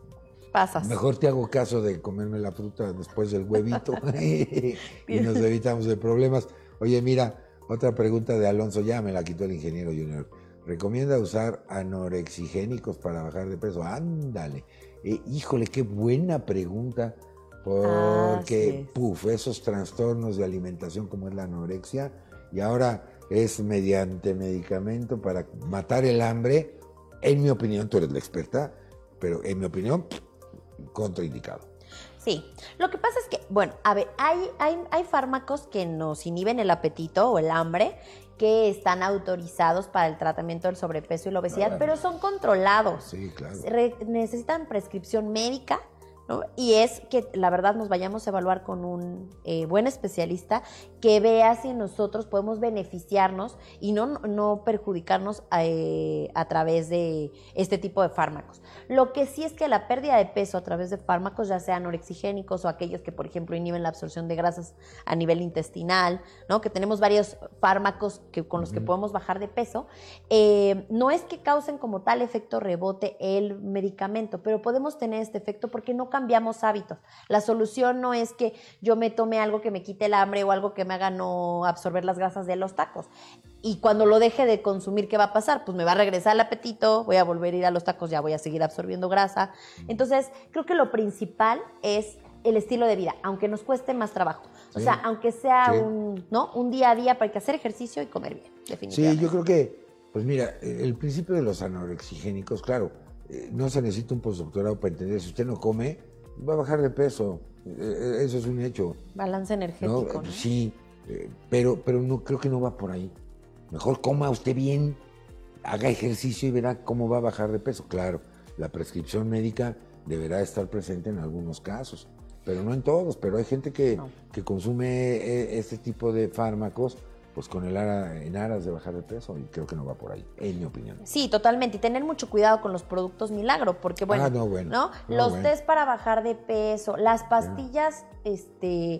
Pasas. Mejor te hago caso de comerme la fruta después del huevito y nos evitamos de problemas. Oye, mira, otra pregunta de Alonso, ya me la quitó el ingeniero Junior. ¿Recomienda usar anorexigénicos para bajar de peso? Ándale. Eh, híjole, qué buena pregunta, porque, ah, puf, esos trastornos de alimentación como es la anorexia, y ahora es mediante medicamento para matar el hambre, en mi opinión, tú eres la experta, pero en mi opinión, contraindicado. Sí, lo que pasa es que, bueno, a ver, hay, hay, hay fármacos que nos inhiben el apetito o el hambre, que están autorizados para el tratamiento del sobrepeso y la obesidad, claro. pero son controlados. Sí, claro. Re- necesitan prescripción médica, ¿no? Y es que la verdad nos vayamos a evaluar con un eh, buen especialista que vea si nosotros podemos beneficiarnos y no, no perjudicarnos a, eh, a través de este tipo de fármacos. Lo que sí es que la pérdida de peso a través de fármacos, ya sean anorexigénicos o aquellos que, por ejemplo, inhiben la absorción de grasas a nivel intestinal, ¿no? Que tenemos varios fármacos que, con los uh-huh. que podemos bajar de peso, eh, no es que causen como tal efecto rebote el medicamento, pero podemos tener este efecto porque no cambiamos hábitos. La solución no es que yo me tome algo que me quite el hambre o algo que me haga no absorber las grasas de los tacos. Y cuando lo deje de consumir, ¿qué va a pasar? Pues me va a regresar el apetito, voy a volver a ir a los tacos, ya voy a seguir absorbiendo grasa. Entonces, creo que lo principal es el estilo de vida, aunque nos cueste más trabajo. Sí. O sea, aunque sea sí. un, ¿no? un día a día, para que hacer ejercicio y comer bien, definitivamente. Sí, yo creo que, pues mira, el principio de los anorexigénicos, claro, eh, no se necesita un postdoctorado para entender. Si usted no come, va a bajar de peso. Eh, eso es un hecho. Balance energético, ¿no? ¿no? Sí, eh, pero, pero no, creo que no va por ahí. Mejor coma usted bien, haga ejercicio y verá cómo va a bajar de peso. Claro, la prescripción médica deberá estar presente en algunos casos, pero no en todos. Pero hay gente que, no. que consume este tipo de fármacos pues con el ara, en aras de bajar de peso, y creo que no va por ahí, en mi opinión. Sí, totalmente, y tener mucho cuidado con los productos milagro, porque bueno, ah, no, bueno ¿no? No, los bueno. test para bajar de peso, las pastillas, yeah. este...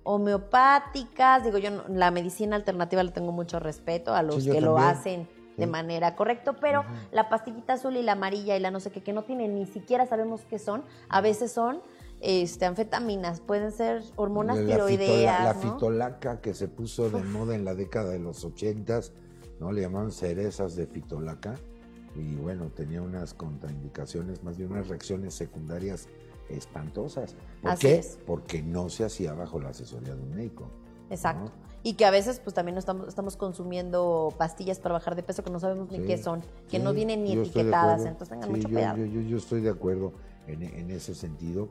homeopáticas, digo yo, la medicina alternativa le tengo mucho respeto a los sí, que también. lo hacen de sí. manera correcta, pero uh-huh. la pastillita azul y la amarilla y la no sé qué, que no tienen, ni siquiera sabemos qué son, a veces son este, anfetaminas, pueden ser hormonas la tiroideas, fitola, La ¿no? fitolaca que se puso de moda en la década de los ochentas, ¿no? Le llamaban cerezas de fitolaca, y bueno, tenía unas contraindicaciones, más bien unas reacciones secundarias espantosas. ¿Por Así qué? es. Porque no se hacía bajo la asesoría de un médico. Exacto. ¿no? Y que a veces pues también estamos, estamos consumiendo pastillas para bajar de peso que no sabemos ni sí, qué son, que sí, no vienen ni etiquetadas, entonces tengan sí, mucho yo, cuidado. Yo, yo, yo estoy de acuerdo en, en ese sentido.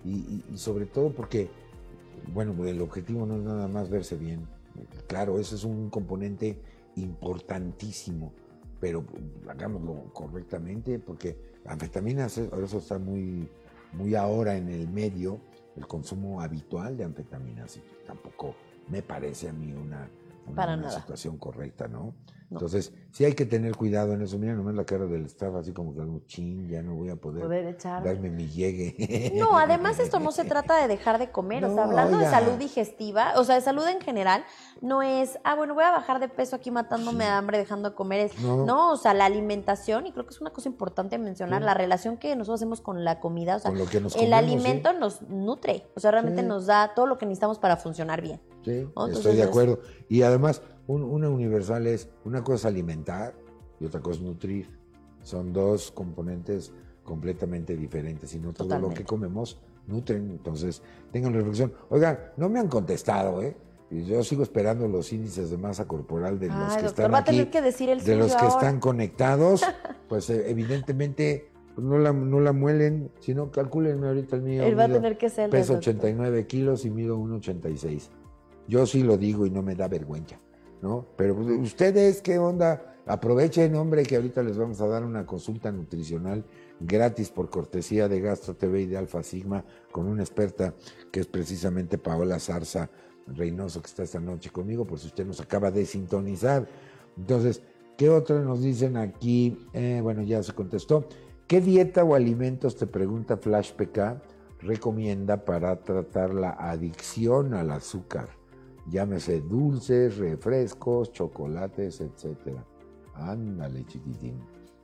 y, y, y sobre todo porque, bueno, el objetivo no es nada más verse bien. Claro, ese es un componente importantísimo, pero hagámoslo correctamente, porque anfetaminas, eso está muy, muy ahora en el medio, el consumo habitual de anfetaminas, y tampoco me parece a mí una, una, una situación correcta, ¿no? No. Entonces, sí hay que tener cuidado en eso. Mira nomás la cara del staff, así como que algo chin, ya no voy a poder, poder echar. darme mi llegue. No, además esto no se trata de dejar de comer, no, o sea, hablando oiga. de salud digestiva, o sea, de salud en general, no es, ah, bueno, voy a bajar de peso aquí matándome sí. de hambre, dejando de comer, es, no. no, o sea, la alimentación, y creo que es una cosa importante mencionar, sí. la relación que nosotros hacemos con la comida, o sea, el comemos, alimento sí. nos nutre, o sea, realmente sí. nos da todo lo que necesitamos para funcionar bien. Sí, ¿no? Estoy de acuerdo. Y además, un, una universal es, una cosa es alimentar y otra cosa es nutrir. Son dos componentes completamente diferentes y no todo Totalmente. lo que comemos nutren. Entonces, tengan reflexión. Oigan, no me han contestado, ¿eh? Y yo sigo esperando los índices de masa corporal de Ay, los que doctor, están va aquí, a tener que decir el de los que ahora. están conectados. Pues eh, evidentemente pues, no, la, no la muelen, sino calcúlenme ahorita el mío. Él va a tener que ser el peso ochenta y nueve kilos y mido uno ochenta y seis. Yo sí lo digo y no me da vergüenza, ¿no? Pero pues, ustedes, ¿qué onda? Aprovechen, hombre, que ahorita les vamos a dar una consulta nutricional gratis por cortesía de Gastro T V y de Alfa Sigma con una experta que es precisamente Paola Zarza Reynoso, que está esta noche conmigo, por si usted nos acaba de sintonizar. Entonces, ¿qué otro nos dicen aquí? Eh, bueno, ya se contestó. ¿Qué dieta o alimentos, te pregunta Flash P K, recomienda para tratar la adicción al azúcar? Llámese dulces, refrescos, chocolates, etcétera. Ándale, chiquitín.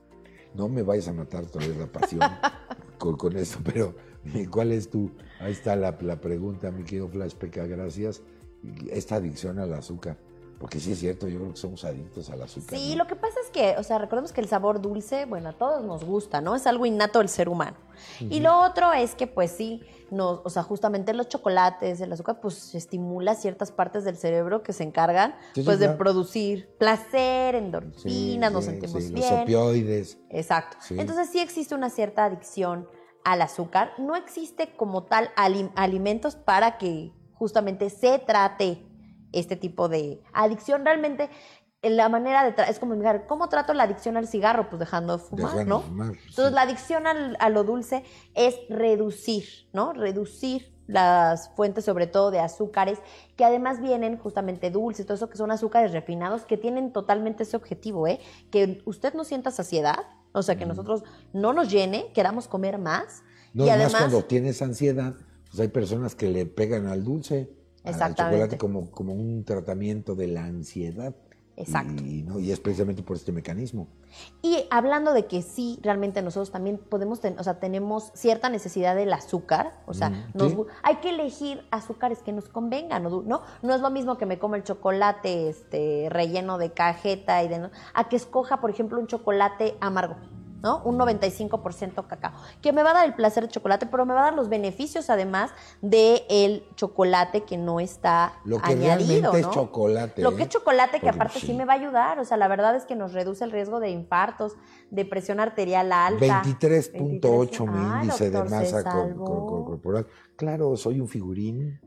No me vayas a matar otra vez la pasión con, con eso, pero ¿cuál es tu? Ahí está la, la pregunta, mi querido Flash P K, gracias. Esta adicción al azúcar. Porque sí es cierto, yo creo que somos adictos al azúcar. Sí, ¿no? Lo que pasa es que, o sea, recordemos que el sabor dulce, bueno, a todos nos gusta, ¿no? Es algo innato del ser humano. Uh-huh. Y lo otro es que, pues sí, nos, o sea, justamente los chocolates, el azúcar, pues estimula ciertas partes del cerebro que se encargan, sí, pues, sí, claro. de producir placer, endorfinas, sí, nos sí, sentimos sí, bien. Los opioides. Exacto. Sí. Entonces sí existe una cierta adicción al azúcar. No existe como tal alim- alimentos para que justamente se trate este tipo de adicción. Realmente la manera de tra- es como mirar, ¿cómo trato la adicción al cigarro? Pues dejando de fumar, dejando ¿no? De fumar, sí. Entonces la adicción al, a lo dulce es reducir, ¿no? Reducir las fuentes sobre todo de azúcares, que además vienen justamente dulces, todo eso que son azúcares refinados, que tienen totalmente ese objetivo, ¿eh? Que usted no sienta saciedad, o sea, que mm. nosotros no nos llene, queramos comer más. No, y además además cuando tienes ansiedad, pues hay personas que le pegan al dulce. Exactamente. Al chocolate como, como un tratamiento de la ansiedad. Exacto. Y, ¿no? y es precisamente por este mecanismo. Y hablando de que sí, realmente nosotros también podemos, ten, o sea, tenemos cierta necesidad del azúcar, o sea, mm, nos, ¿sí? hay que elegir azúcares que nos convengan, ¿no? ¿no? No es lo mismo que me como el chocolate este, relleno de cajeta y de, ¿no? a que escoja, por ejemplo, un chocolate amargo, ¿no? Un noventa y cinco por ciento cacao, que me va a dar el placer de chocolate, pero me va a dar los beneficios además del chocolate que no está lo que añadido, realmente ¿no? es chocolate. Lo que es chocolate, que Porque aparte sí. sí me va a ayudar, o sea, la verdad es que nos reduce el riesgo de infartos, de presión arterial alta. veintitrés punto ocho mi ah, índice doctor, de masa cor, cor, cor, corporal. Claro, soy un figurín.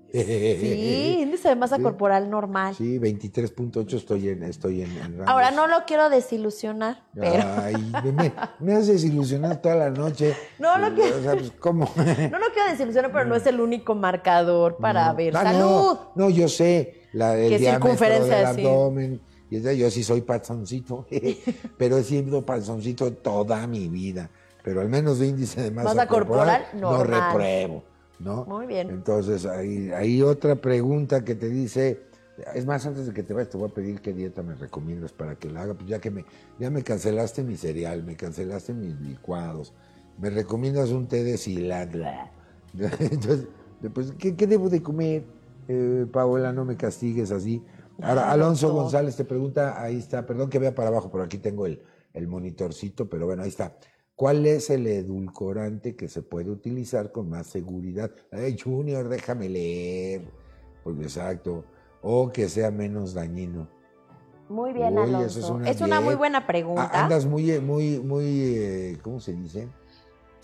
Sí, índice de masa sí. corporal normal. Sí, veintitrés punto ocho estoy en, estoy en, en Ahora, no lo quiero desilusionar, pero... Ay, me, me haces desilusionar toda la noche. No lo quiero... O sea, pues, ¿cómo? No lo quiero desilusionar, pero no es el único marcador para no. ver ah, salud. No, no, yo sé, la, el ¿Qué diámetro circunferencia del así? abdomen. Y yo sí soy panzoncito, pero he sido panzoncito toda mi vida. Pero al menos de índice de masa, masa corporal, corporal no repruebo, ¿no? Muy bien. Entonces, hay, hay otra pregunta que te dice, es más, antes de que te vayas, te voy a pedir qué dieta me recomiendas para que la haga, pues ya que me, ya me cancelaste mi cereal, me cancelaste mis licuados, me recomiendas un té de cilantro. Entonces, pues, ¿qué, qué debo de comer? Eh, Paola, no me castigues así. Ahora, Alonso doctor. González te pregunta, ahí está, perdón que vea para abajo, pero aquí tengo el, el monitorcito, pero bueno, ahí está. ¿Cuál es el edulcorante que se puede utilizar con más seguridad? Ay, Junior, déjame leer. Pues exacto. O que sea menos dañino. Muy bien, Uy, Alonso. Es una, es una muy buena pregunta. Andas muy, muy, muy, eh, ¿cómo se dice?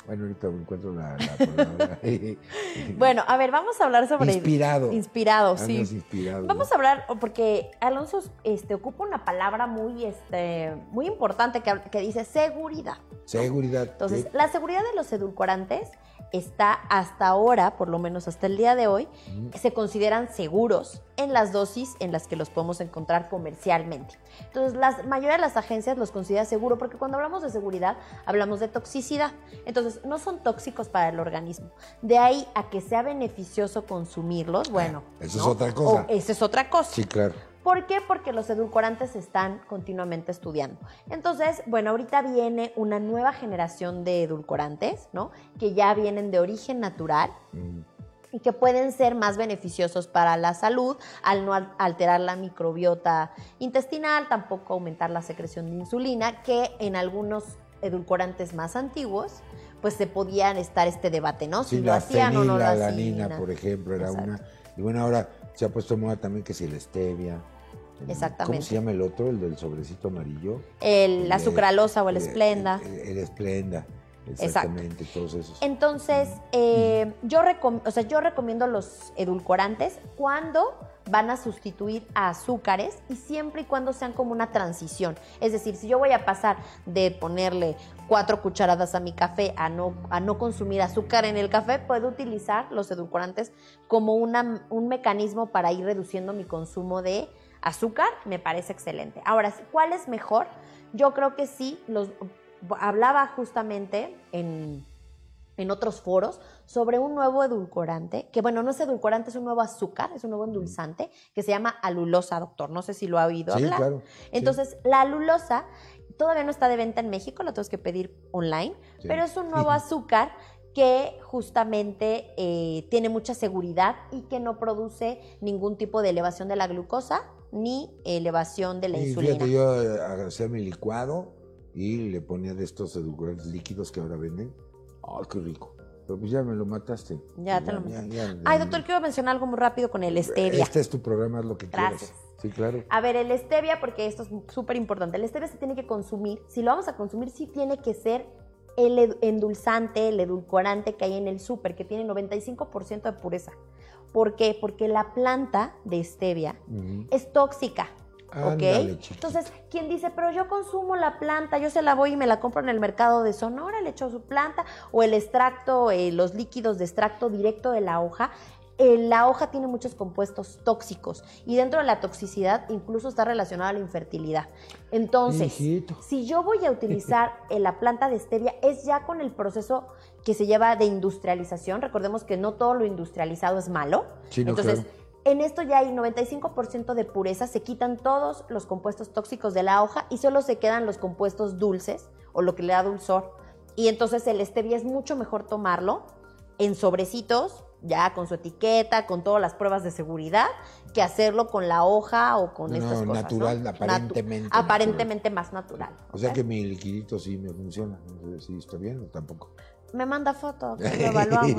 Bueno, ahorita me encuentro la, la palabra. Bueno, a ver, vamos a hablar sobre... Inspirado. Inspirado, sí. Andas inspirado, vamos ¿no? a hablar, porque Alonso este, ocupa una palabra muy, este, muy importante que, que dice seguridad. Seguridad. Entonces, ¿sí? la seguridad de los edulcorantes está hasta ahora, por lo menos hasta el día de hoy, uh-huh. se consideran seguros en las dosis en las que los podemos encontrar comercialmente. Entonces, la mayoría de las agencias los considera seguro porque cuando hablamos de seguridad, hablamos de toxicidad. Entonces, no son tóxicos para el organismo. De ahí a que sea beneficioso consumirlos, bueno. Ah, eso ¿no? es otra cosa. O esa es otra cosa. Sí, claro. ¿Por qué? Porque los edulcorantes se están continuamente estudiando. Entonces, bueno, ahorita viene una nueva generación de edulcorantes, ¿no? Que ya vienen de origen natural mm. y que pueden ser más beneficiosos para la salud al no alterar la microbiota intestinal, tampoco aumentar la secreción de insulina, que en algunos edulcorantes más antiguos pues se podían estar este debate, ¿no? Si sí, lo hacían o no lo hacían. La alanina, por ejemplo, era Exacto. una. Y bueno, ahora se ha puesto moda también que si el stevia. Exactamente. ¿Cómo se llama el otro, el del sobrecito amarillo? El, el la sucralosa o el el, esplenda. El, el, el esplenda, exactamente, Exacto. todos esos. Entonces, eh, yo, recom- o sea, yo recomiendo los edulcorantes cuando van a sustituir a azúcares y siempre y cuando sean como una transición. Es decir, si yo voy a pasar de ponerle cuatro cucharadas a mi café a no, a no consumir azúcar en el café, puedo utilizar los edulcorantes como una, un mecanismo para ir reduciendo mi consumo de azúcar. Me parece excelente. Ahora, ¿cuál es mejor? Yo creo que sí, los, hablaba justamente en... en otros foros, sobre un nuevo edulcorante, que bueno, no es edulcorante, es un nuevo azúcar, es un nuevo endulzante, que se llama alulosa, doctor. No sé si lo ha oído sí, hablar. Claro, Entonces, sí. la alulosa todavía no está de venta en México, la tenemos que pedir online, sí. pero es un nuevo azúcar que justamente eh, tiene mucha seguridad y que no produce ningún tipo de elevación de la glucosa ni elevación de la y insulina. Fíjate, yo hacía mi licuado y le ponía de estos edulcorantes líquidos que ahora venden. ¡Ay, qué rico! Pero pues ya me lo mataste. Ya, ya te lo mataste. Ay, doctor, quiero mencionar algo muy rápido con el stevia. Este es tu programa, es lo que Gracias. quieras. Sí, claro. A ver, el stevia, porque esto es súper importante. El stevia se tiene que consumir. Si lo vamos a consumir, sí tiene que ser el endulzante, el edulcorante que hay en el súper, que tiene noventa y cinco por ciento de pureza. ¿Por qué? Porque la planta de stevia uh-huh. es tóxica. Ándale, ¿ok? Entonces, quien dice, pero yo consumo la planta, yo se la voy y me la compro en el mercado de Sonora, le echo su planta, o el extracto, eh, los líquidos de extracto directo de la hoja, eh, la hoja tiene muchos compuestos tóxicos y dentro de la toxicidad incluso está relacionada a la infertilidad. Entonces, Hijito. si yo voy a utilizar eh, la planta de stevia, es ya con el proceso que se lleva de industrialización. Recordemos que no todo lo industrializado es malo. Sí, no, Entonces, claro. En esto ya hay noventa y cinco por ciento de pureza, se quitan todos los compuestos tóxicos de la hoja y solo se quedan los compuestos dulces o lo que le da dulzor. Y entonces el stevia es mucho mejor tomarlo en sobrecitos, ya con su etiqueta, con todas las pruebas de seguridad, que hacerlo con la hoja o con no, estas cosas. Natural, ¿no? aparentemente. Natu- aparentemente más natural. O sea que mi liquidito sí me funciona. No sé si está bien o tampoco. Me manda foto, que lo evaluamos.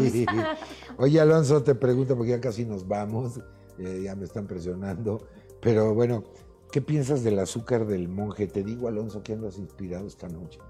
Oye, Alonso, te pregunto, porque ya casi nos vamos, eh, ya me están presionando, pero bueno, ¿qué piensas del azúcar del monje? Te digo, Alonso, que andas inspirado esta noche.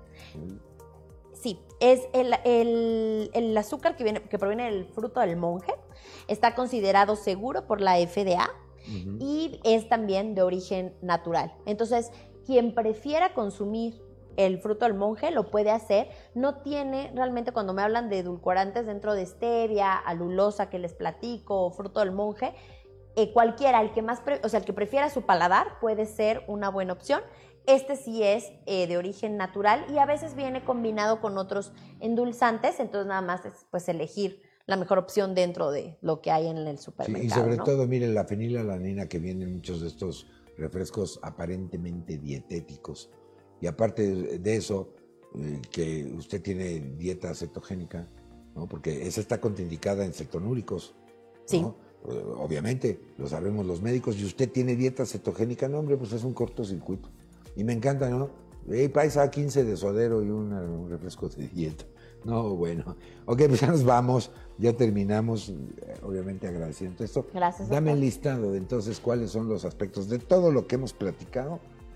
Sí, es el, el, el azúcar que, viene, que proviene del fruto del monje, está considerado seguro por la F D A uh-huh. y es también de origen natural. Entonces, quien prefiera consumir el fruto del monje lo puede hacer, no tiene realmente, cuando me hablan de edulcorantes dentro de stevia, alulosa que les platico, o fruto del monje, eh, cualquiera, el que más, pre- o sea, el que prefiera su paladar puede ser una buena opción. Este sí es eh, de origen natural y a veces viene combinado con otros endulzantes, entonces nada más es pues elegir la mejor opción dentro de lo que hay en el supermercado. Sí, y sobre ¿no? todo, miren, la fenilalanina que viene en muchos de estos refrescos aparentemente dietéticos. Y aparte de eso, eh, que usted tiene dieta cetogénica, ¿no? Porque esa está contraindicada en cetonúricos, ¿no? Sí. Obviamente, lo sabemos los médicos, y usted tiene dieta cetogénica, no, hombre, pues es un cortocircuito. Y me encanta, ¿no? Hey, paisa, quince de suadero y una, un refresco de dieta. No, bueno. Ok, pues ya nos vamos, ya terminamos, obviamente agradeciendo esto. Gracias. Dame doctor. el listado de entonces cuáles son los aspectos de todo lo que hemos platicado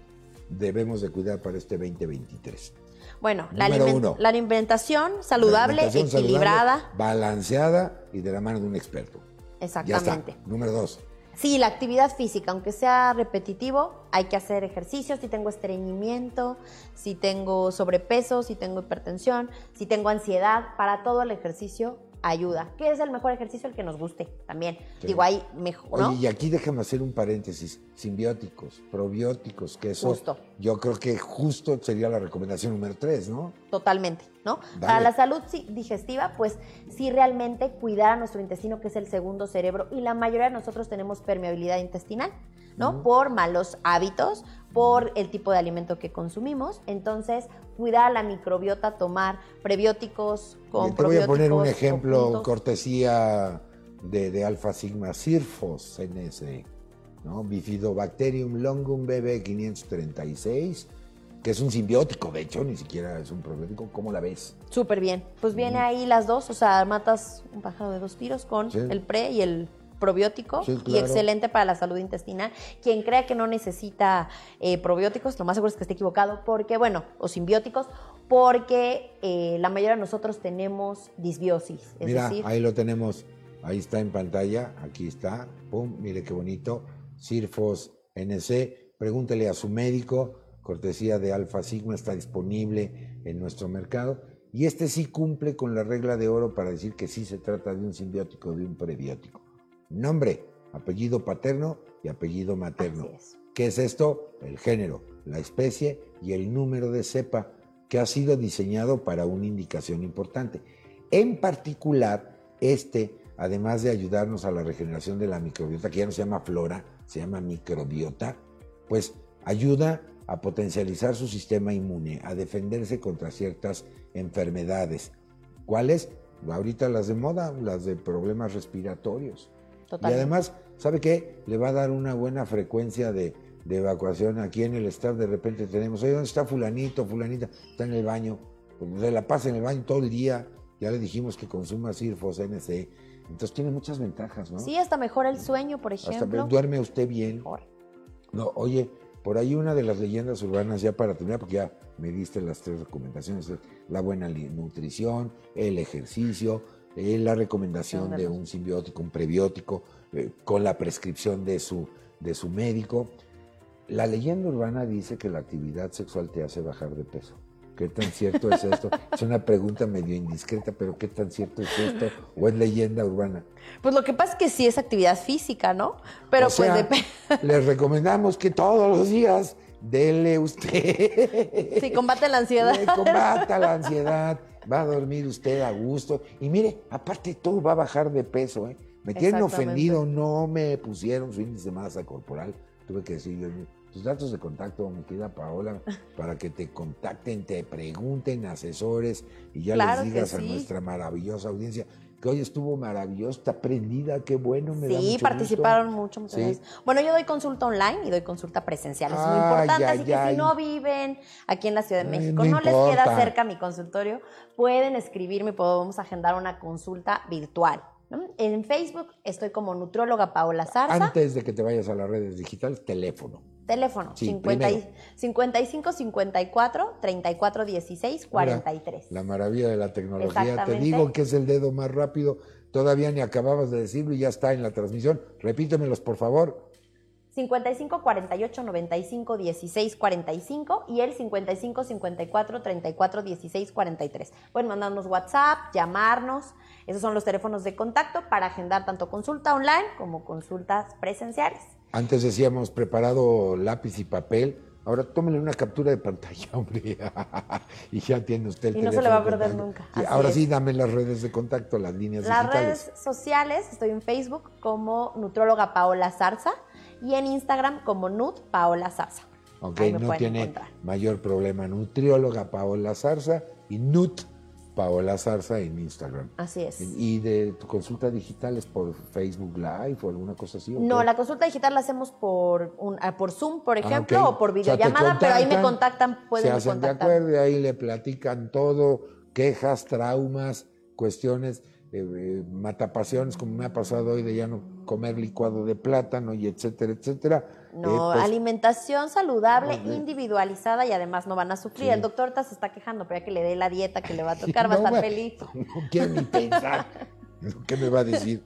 debemos de cuidar para este veinte veintitrés? Bueno, la, Número aliment- uno. la alimentación saludable, La alimentación equilibrada. saludable, balanceada y de la mano de un experto. Exactamente. Ya está. Número dos. Sí, la actividad física, aunque sea repetitivo, hay que hacer ejercicio. Si tengo estreñimiento, si tengo sobrepeso, si tengo hipertensión, si tengo ansiedad, para todo el ejercicio ayuda. ¿Qué es el mejor ejercicio? El que nos guste también. Sí. Digo, hay mejor, ¿no? Oye, y aquí déjame hacer un paréntesis. Simbióticos, probióticos, que eso Justo. yo creo que justo sería la recomendación número tres, ¿no? Totalmente, ¿no? Dale. Para la salud sí, digestiva, pues sí realmente cuidar a nuestro intestino, que es el segundo cerebro, y la mayoría de nosotros tenemos permeabilidad intestinal, ¿no? Uh-huh. Por malos hábitos, por el tipo de alimento que consumimos. Entonces, cuidar la microbiota, tomar prebióticos con y te voy a poner un ejemplo, conjuntos. cortesía de, de Alfa Sigma Sirfos N S, ¿no? Bifidobacterium longum B B quinientos treinta y seis, que es un simbiótico, de hecho, ni siquiera es un probiótico. ¿Cómo la ves? Súper bien. Pues viene Mm. ahí las dos, o sea, matas un pájaro de dos tiros con Sí. el pre y el probiótico, Sí, y claro. excelente para la salud intestinal. Quien crea que no necesita eh, probióticos, lo más seguro es que esté equivocado, porque, bueno, o simbióticos, porque eh, la mayoría de nosotros tenemos disbiosis. Es Mira, decir, ahí lo tenemos, ahí está en pantalla, aquí está, pum, mire qué bonito, Sirfos N C, pregúntele a su médico, cortesía de Alfa Sigma, está disponible en nuestro mercado, y este sí cumple con la regla de oro para decir que sí se trata de un simbiótico o de un prebiótico. Nombre, apellido paterno y apellido materno. Así es. ¿Qué es esto? El género, la especie y el número de cepa que ha sido diseñado para una indicación importante. En particular, este, además de ayudarnos a la regeneración de la microbiota, que ya no se llama flora, se llama microbiota, pues ayuda a potencializar su sistema inmune, a defenderse contra ciertas enfermedades. ¿Cuáles? Ahorita las de moda, las de problemas respiratorios. Totalmente. Y además, ¿sabe qué? Le va a dar una buena frecuencia de, de evacuación. Aquí en el staff de repente tenemos, oye, ¿dónde está fulanito, fulanita? Está en el baño. Pues se la pasa en el baño todo el día. Ya le dijimos que consuma Sirfos N C. Entonces tiene muchas ventajas, ¿no? Sí, hasta mejora el sueño, por Hasta ejemplo. duerme usted bien. Mejor. No, oye, por ahí una de las leyendas urbanas, ya para terminar, porque ya me diste las tres recomendaciones, la buena nutrición, el ejercicio, eh, la recomendación de un simbiótico, un prebiótico, eh, con la prescripción de su, de su médico. La leyenda urbana dice que la actividad sexual te hace bajar de peso. ¿Qué tan cierto es esto? Es una pregunta medio indiscreta, pero ¿qué tan cierto es esto? ¿O es leyenda urbana? Pues lo que pasa es que sí es actividad física, ¿no? Pero O sea, pues depende. les recomendamos que todos los días dele usted. Sí, combate la ansiedad. Le combata la ansiedad, va a dormir usted a gusto. Y mire, aparte todo va a bajar de peso, ¿eh? Me tienen ofendido, no me pusieron su índice de masa corporal. Tuve que decir, tus datos de contacto, mi querida Paola, para que te contacten, te pregunten, asesores, y ya Claro les digas que a sí. nuestra maravillosa audiencia que hoy estuvo maravilloso, está prendida, qué bueno, me da Sí, mucho participaron gusto. mucho, muchas Sí. gracias. Bueno, yo doy consulta online y doy consulta presencial, eso es muy Ay, importante, ay, así que ay. si no viven aquí en la Ciudad de Ay, México, no no, les queda importa. cerca mi consultorio, pueden escribirme, podemos agendar una consulta virtual, ¿no? En Facebook estoy como nutrióloga Paola Zarza. Antes de que te vayas a las redes digitales, teléfono. Teléfono Sí, cincuenta y- primero. cincuenta y cinco cincuenta y cuatro treinta y cuatro dieciséis cuarenta y tres. Mira, la maravilla de la tecnología. Te Exactamente. digo que es el dedo más rápido. Todavía ni acababas de decirlo y ya está en la transmisión. Repítemelos, por favor. cincuenta y cinco cuarenta y ocho noventa y cinco dieciséis cuarenta y cinco y el cincuenta y cinco cincuenta y cuatro treinta y cuatro dieciséis cuarenta y tres. Pueden mandarnos WhatsApp, llamarnos. Esos son los teléfonos de contacto para agendar tanto consulta online como consultas presenciales. Antes decíamos preparado lápiz y papel. Ahora tómele una captura de pantalla, hombre. Y ya tiene usted el Y no se teléfono le va a de perder contacto. nunca. Y Así ahora es. sí, dame las redes de contacto, las líneas Las digitales. redes sociales, estoy en Facebook como nutróloga Paola Zarza y en Instagram como Nut Paola Zarza. Ok, Ahí me no pueden tiene encontrar. mayor problema. Nutrióloga Paola Zarza y Nut Paola Zarza en Instagram. Así es. ¿Y de tu consulta digital es por Facebook Live o alguna cosa así? ¿o No, qué? la consulta digital la hacemos por un, ah, por Zoom, por Ah, ejemplo, ok. o por O sea, te videollamada, pero ahí me contactan, contactan, pueden se hacen de contactar. acuerdo y ahí le platican todo, quejas, traumas, cuestiones. eh, matapasiones, como me ha pasado hoy, de ya no comer licuado de plátano y etcétera, etcétera. No, eh, pues, alimentación saludable, no, individualizada y además no van a sufrir. Sí. El doctor ahorita se está quejando, pero ya que le dé la dieta que le va a tocar, va a no, estar va- feliz. No quiero ni pensar. ¿Qué me va a decir?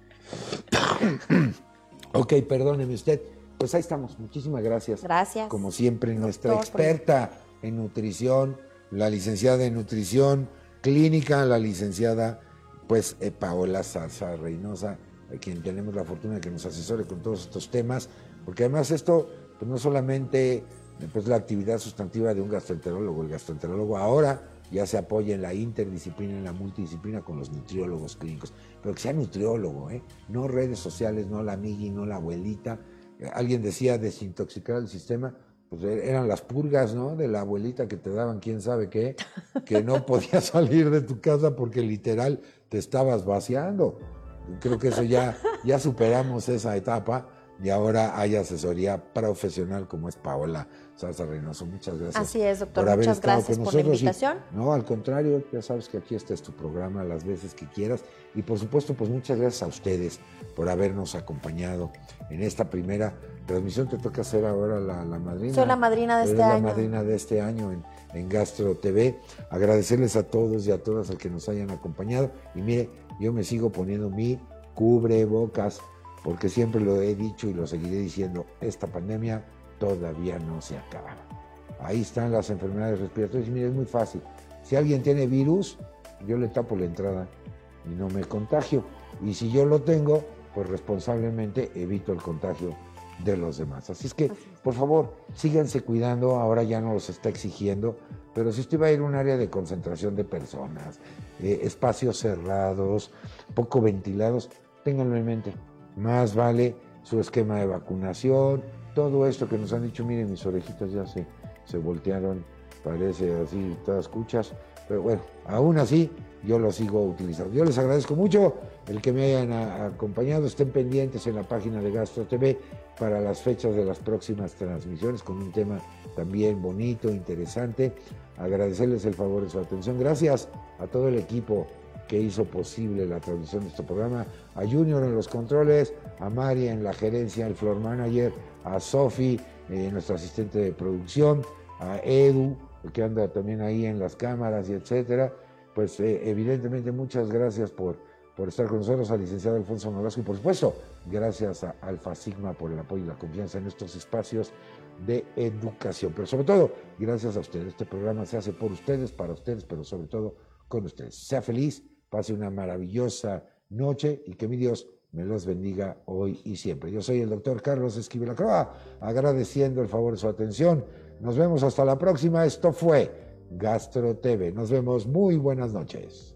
Ok, perdóneme usted. Pues ahí estamos. Muchísimas gracias. Gracias. Como siempre, nuestra Doctor, por- experta en nutrición, la licenciada en nutrición clínica, la licenciada, pues, eh, Paola Zarza Reynosa, a quien tenemos la fortuna de que nos asesore con todos estos temas, porque además esto, pues no solamente pues, la actividad sustantiva de un gastroenterólogo, el gastroenterólogo ahora ya se apoya en la interdisciplina, en la multidisciplina con los nutriólogos clínicos, pero que sea nutriólogo, ¿eh? No redes sociales, no la amigui, no la abuelita. Eh, Alguien decía desintoxicar el sistema, pues eran las purgas, ¿no? De la abuelita que te daban quién sabe qué, que no podías salir de tu casa porque literal te estabas vaciando. Creo que eso ya, ya superamos esa etapa y ahora hay asesoría profesional como es Paola Zarza Reynoso. Muchas gracias. Así es, doctor. por haber Muchas estado gracias con por la nosotros y- invitación. no, al contrario, ya sabes que aquí este es tu programa las veces que quieras. Y por supuesto, pues muchas gracias a ustedes por habernos acompañado en esta primera transmisión. Te toca hacer ahora la, la madrina. Soy la madrina de Eres este la año. madrina de este año en, en Gastro T V. Agradecerles a todos y a todas al que nos hayan acompañado. Y mire, yo me sigo poniendo mi cubrebocas, porque siempre lo he dicho y lo seguiré diciendo, esta pandemia todavía no se acaba. Ahí están las enfermedades respiratorias y mire, es muy fácil. Si alguien tiene virus, yo le tapo la entrada y no me contagio. Y si yo lo tengo, pues responsablemente evito el contagio de los demás. Así es que, por favor, síganse cuidando, ahora ya no los está exigiendo, pero si usted va a ir a un área de concentración de personas, eh, espacios cerrados, poco ventilados, ténganlo en mente. Más vale su esquema de vacunación, todo esto que nos han dicho, miren, mis orejitas ya se, se voltearon, parece así, todas escuchas, pero bueno, aún así yo lo sigo utilizando. Yo les agradezco mucho el que me hayan a- acompañado, estén pendientes en la página de Gastro T V para las fechas de las próximas transmisiones con un tema también bonito, interesante. Agradecerles el favor de su atención. Gracias a todo el equipo que hizo posible la transmisión de este programa, a Junior en los controles, a María en la gerencia, el floor manager, a Sofi, eh, nuestra asistente de producción, a Edu, que anda también ahí en las cámaras y etcétera. Pues eh, evidentemente muchas gracias por, por estar con nosotros, al licenciado Alfonso Nolasco y por supuesto gracias a Alfa Sigma por el apoyo y la confianza en estos espacios de educación, pero sobre todo gracias a ustedes. Este programa se hace por ustedes, para ustedes, pero sobre todo con ustedes. Sea feliz, pase una maravillosa noche y que mi Dios me los bendiga hoy y siempre. Yo soy el doctor Carlos Esquivel Acroa, agradeciendo el favor de su atención. Nos vemos hasta la próxima. Esto fue Gastro T V. Nos vemos. Muy buenas noches.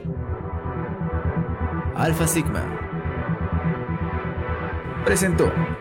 Alfa Sigma presentó